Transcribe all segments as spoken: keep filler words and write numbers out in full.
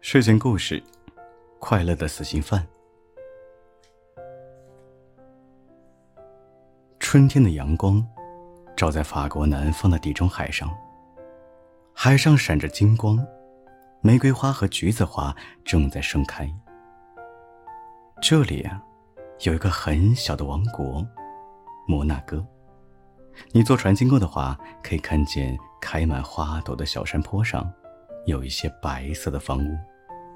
睡前故事：快乐的死刑犯。春天的阳光照在法国南方的地中海上，海上闪着金光，玫瑰花和橘子花正在盛开。这里啊，有一个很小的王国——摩纳哥。你坐船经过的话，可以看见开满花朵的小山坡上有一些白色的房屋。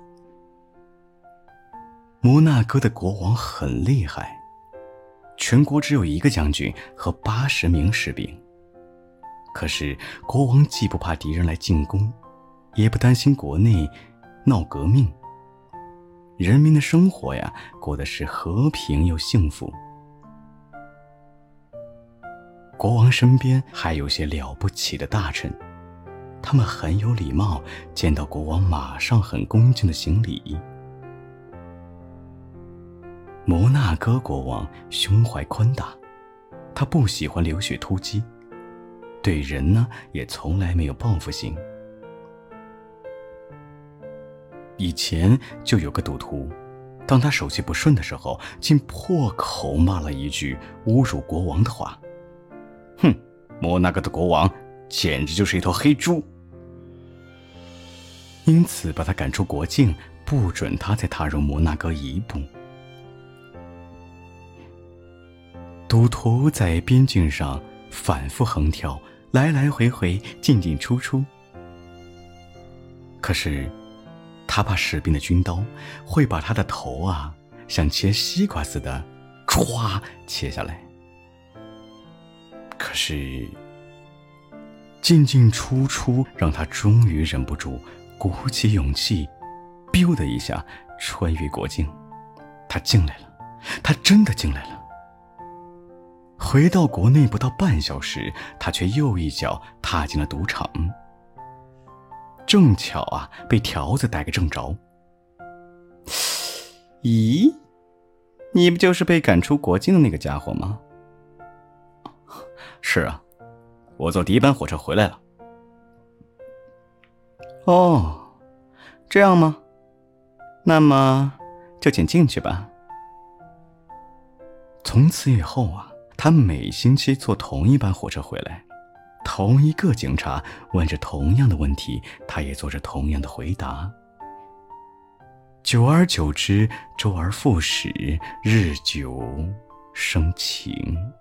摩纳哥的国王很厉害，全国只有一个将军和八十名士兵。可是国王既不怕敌人来进攻，也不担心国内闹革命，人民的生活呀，过得是和平又幸福。国王身边还有些了不起的大臣，他们很有礼貌，见到国王马上很恭敬地行礼。摩纳哥国王胸怀宽大，他不喜欢流血突击，对人呢也从来没有报复心。以前就有个赌徒，当他手气不顺的时候，竟破口骂了一句侮辱国王的话：哼，摩纳哥的国王简直就是一头黑猪。因此把他赶出国境，不准他再踏入摩纳哥一步。赌徒在边境上反复横跳，来来回回，进进出出。可是他怕士兵的军刀会把他的头啊像切西瓜似的唰切下来。可是进进出出让他终于忍不住，鼓起勇气biu的一下穿越国境。他进来了，他真的进来了。回到国内不到半小时，他却又一脚踏进了赌场。正巧啊，被条子逮个正着。咦，你不就是被赶出国境的那个家伙吗？是啊，我坐第一班火车回来了。哦，这样吗？那么就请进去吧。从此以后啊，他每星期坐同一班火车回来，同一个警察问着同样的问题，他也做着同样的回答。久而久之，周而复始，日久生情。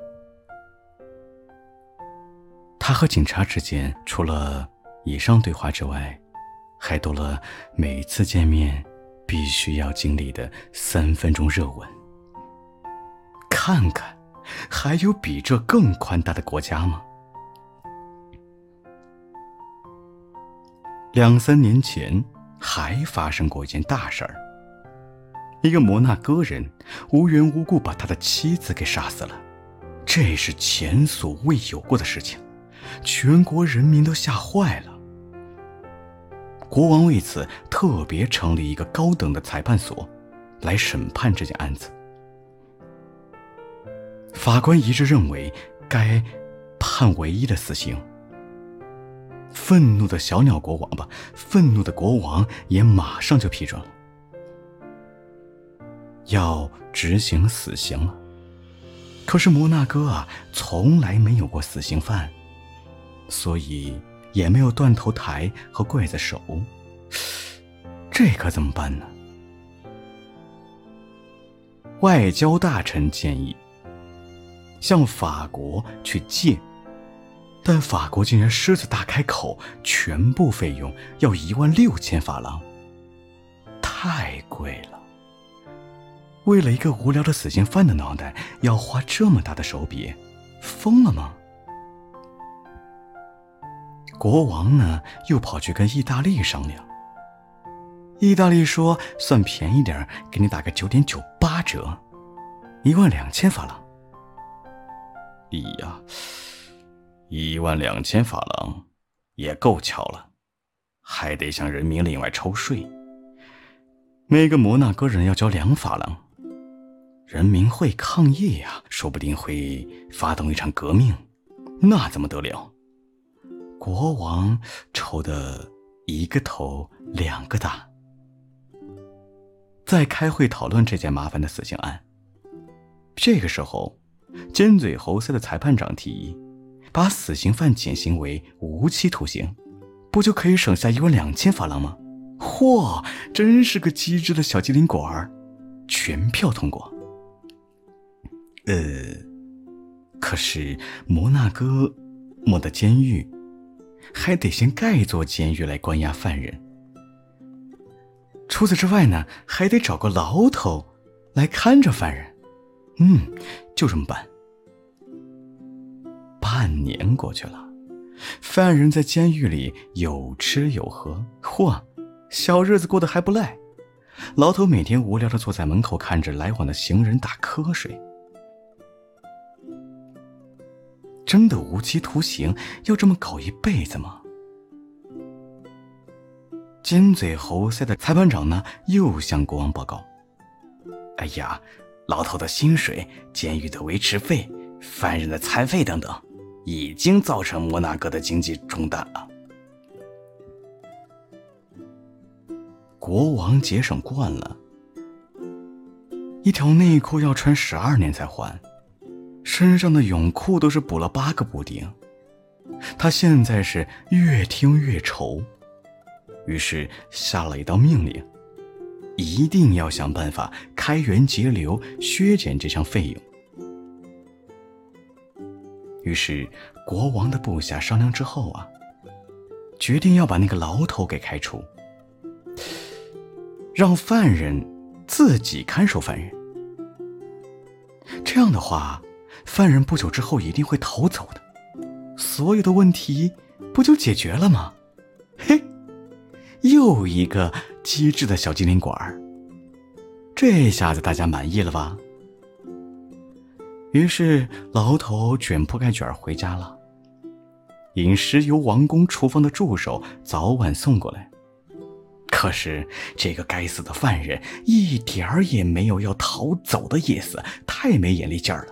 他和警察之间除了以上对话之外，还多了每次见面必须要经历的三分钟热吻。看看，还有比这更宽大的国家吗？两三年前还发生过一件大事儿，一个摩纳哥人无缘无故把他的妻子给杀死了，这是前所未有过的事情，全国人民都吓坏了。国王为此特别成立一个高等的裁判所来审判这件案子。法官一致认为该判唯一的死刑。愤怒的小鸟国王吧，愤怒的国王也马上就批准了，要执行死刑了。可是摩纳哥啊，从来没有过死刑犯，所以也没有断头台和刽子手，这可怎么办呢？外交大臣建议向法国去借，但法国竟然狮子大开口，全部费用要一万六千法郎，太贵了。为了一个无聊的死刑犯的脑袋，要花这么大的手笔，疯了吗？国王呢，又跑去跟意大利商量。意大利说算便宜点，给你打个九点九八折，一万两千法郎。哎呀，一万两千法郎也够巧了，还得向人民另外抽税。每个摩纳哥人要交两法郎，人民会抗议呀、啊，说不定会发动一场革命，那怎么得了？国王抽得一个头两个大。 在开会讨论这件麻烦的死刑案。这个时候，尖嘴猴腮的裁判长提议，把死刑犯减刑为无期徒刑，不就可以省下一万两千法郎吗？嚯，真是个机智的小机灵鬼儿！全票通过。呃，可是摩纳哥莫的监狱还得先盖座监狱来关押犯人，除此之外呢，还得找个牢头来看着犯人。嗯，就这么办。半年过去了，犯人在监狱里有吃有喝，嚯，小日子过得还不赖。牢头每天无聊地坐在门口看着来往的行人打瞌睡。真的无期徒刑要这么搞一辈子吗？尖嘴猴腮的裁判长呢，又向国王报告：哎呀，牢头的薪水、监狱的维持费、犯人的餐费等等，已经造成摩纳哥的经济重担了。国王节省惯了，一条内裤要穿十二年才还，身上的泳裤都是补了八个补丁。他现在是越听越愁，于是下了一道命令，一定要想办法开源节流，削减这项费用。于是国王的部下商量之后啊，决定要把那个牢头给开除，让犯人自己看守犯人。这样的话，犯人不久之后一定会逃走的，所有的问题不就解决了吗？嘿，又一个机智的小机灵鬼儿，这下子大家满意了吧？于是牢头卷铺盖卷回家了，饮食由王宫厨房的助手早晚送过来。可是这个该死的犯人一点儿也没有要逃走的意思，太没眼力劲儿了。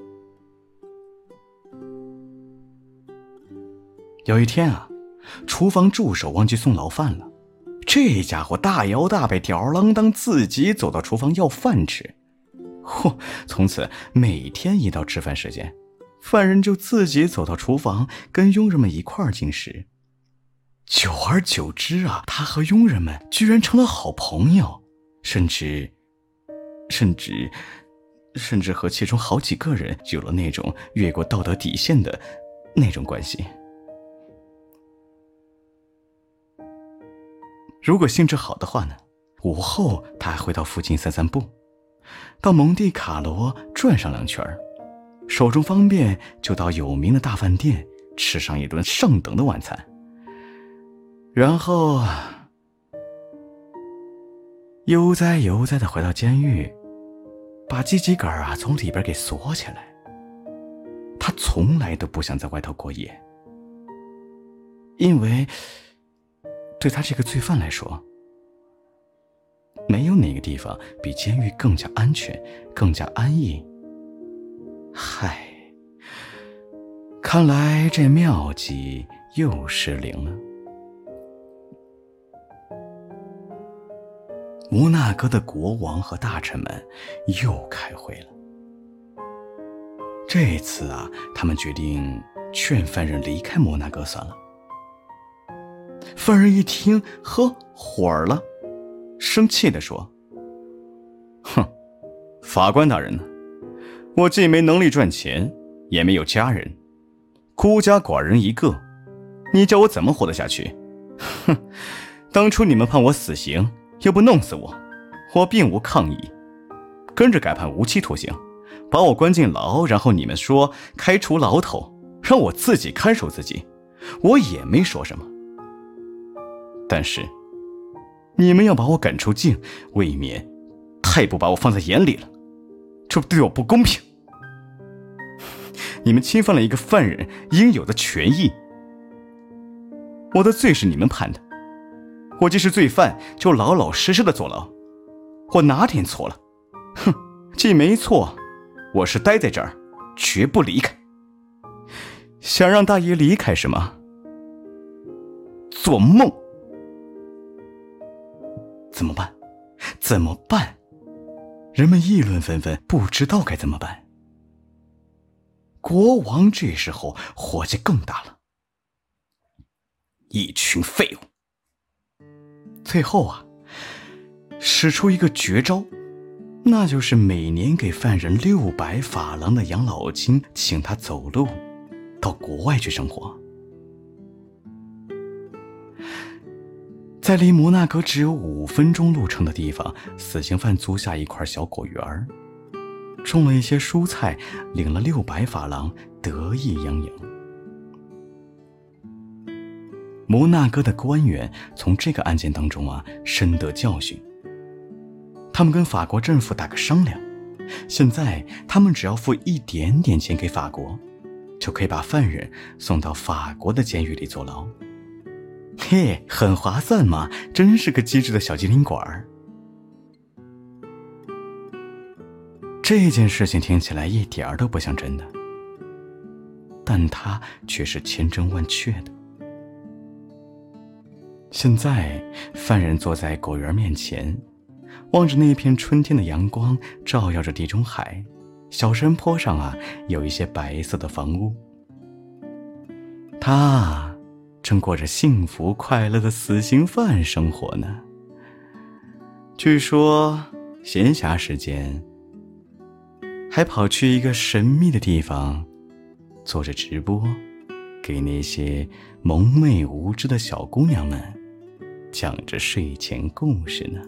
有一天啊，厨房助手忘记送牢饭了，这家伙大摇大摆吊儿郎当自己走到厨房要饭吃。嚯，从此每天一到吃饭时间，犯人就自己走到厨房跟佣人们一块儿进食。久而久之啊，他和佣人们居然成了好朋友，甚至甚至甚至和其中好几个人有了那种越过道德底线的那种关系。如果兴致好的话呢，午后他还会到附近散散步，到蒙地卡罗转上两圈，手中方便就到有名的大饭店吃上一顿上等的晚餐，然后悠哉悠哉地回到监狱，把鸡鸡杆啊从里边给锁起来。他从来都不想在外头过夜，因为对他这个罪犯来说，没有哪个地方比监狱更加安全，更加安逸。嗨，看来这妙计又失灵了。摩纳哥的国王和大臣们又开会了。这次啊，他们决定劝犯人离开摩纳哥算了。犯人一听，呵，火了，生气地说：哼，法官大人呢？我既没能力赚钱，也没有家人，孤家寡人一个，你叫我怎么活得下去？哼，当初你们判我死刑，又不弄死我，我并无抗议，跟着改判无期徒刑，把我关进牢，然后你们说开除牢头，让我自己看守自己，我也没说什么。但是你们要把我赶出境，未免太不把我放在眼里了，这对我不公平。你们侵犯了一个犯人应有的权益，我的罪是你们判的，我既是罪犯，就老老实实的坐牢。我哪点错了？哼，既没错，我是待在这儿，绝不离开。想让大爷离开是吗？做梦！怎么办？ 怎么办？人们议论纷纷，不知道该怎么办。国王这时候火气更大了，一群废物！最后啊，使出一个绝招，那就是每年给犯人六百法郎的养老金，请他走路到国外去生活。在离摩纳哥只有五分钟路程的地方，死刑犯租下一块小果园，种了一些蔬菜，领了六百法郎，得意洋洋。摩纳哥的官员从这个案件当中啊，深得教训。他们跟法国政府打个商量，现在他们只要付一点点钱给法国，就可以把犯人送到法国的监狱里坐牢。嘿，很划算嘛，真是个机智的小机灵鬼儿。这件事情听起来一点儿都不像真的，但它却是千真万确的。现在犯人坐在果园面前，望着那片春天的阳光照耀着地中海，小山坡上啊有一些白色的房屋。他正过着幸福快乐的死刑犯生活呢。据说闲暇时间还跑去一个神秘的地方做着直播，给那些蒙昧无知的小姑娘们讲着睡前故事呢。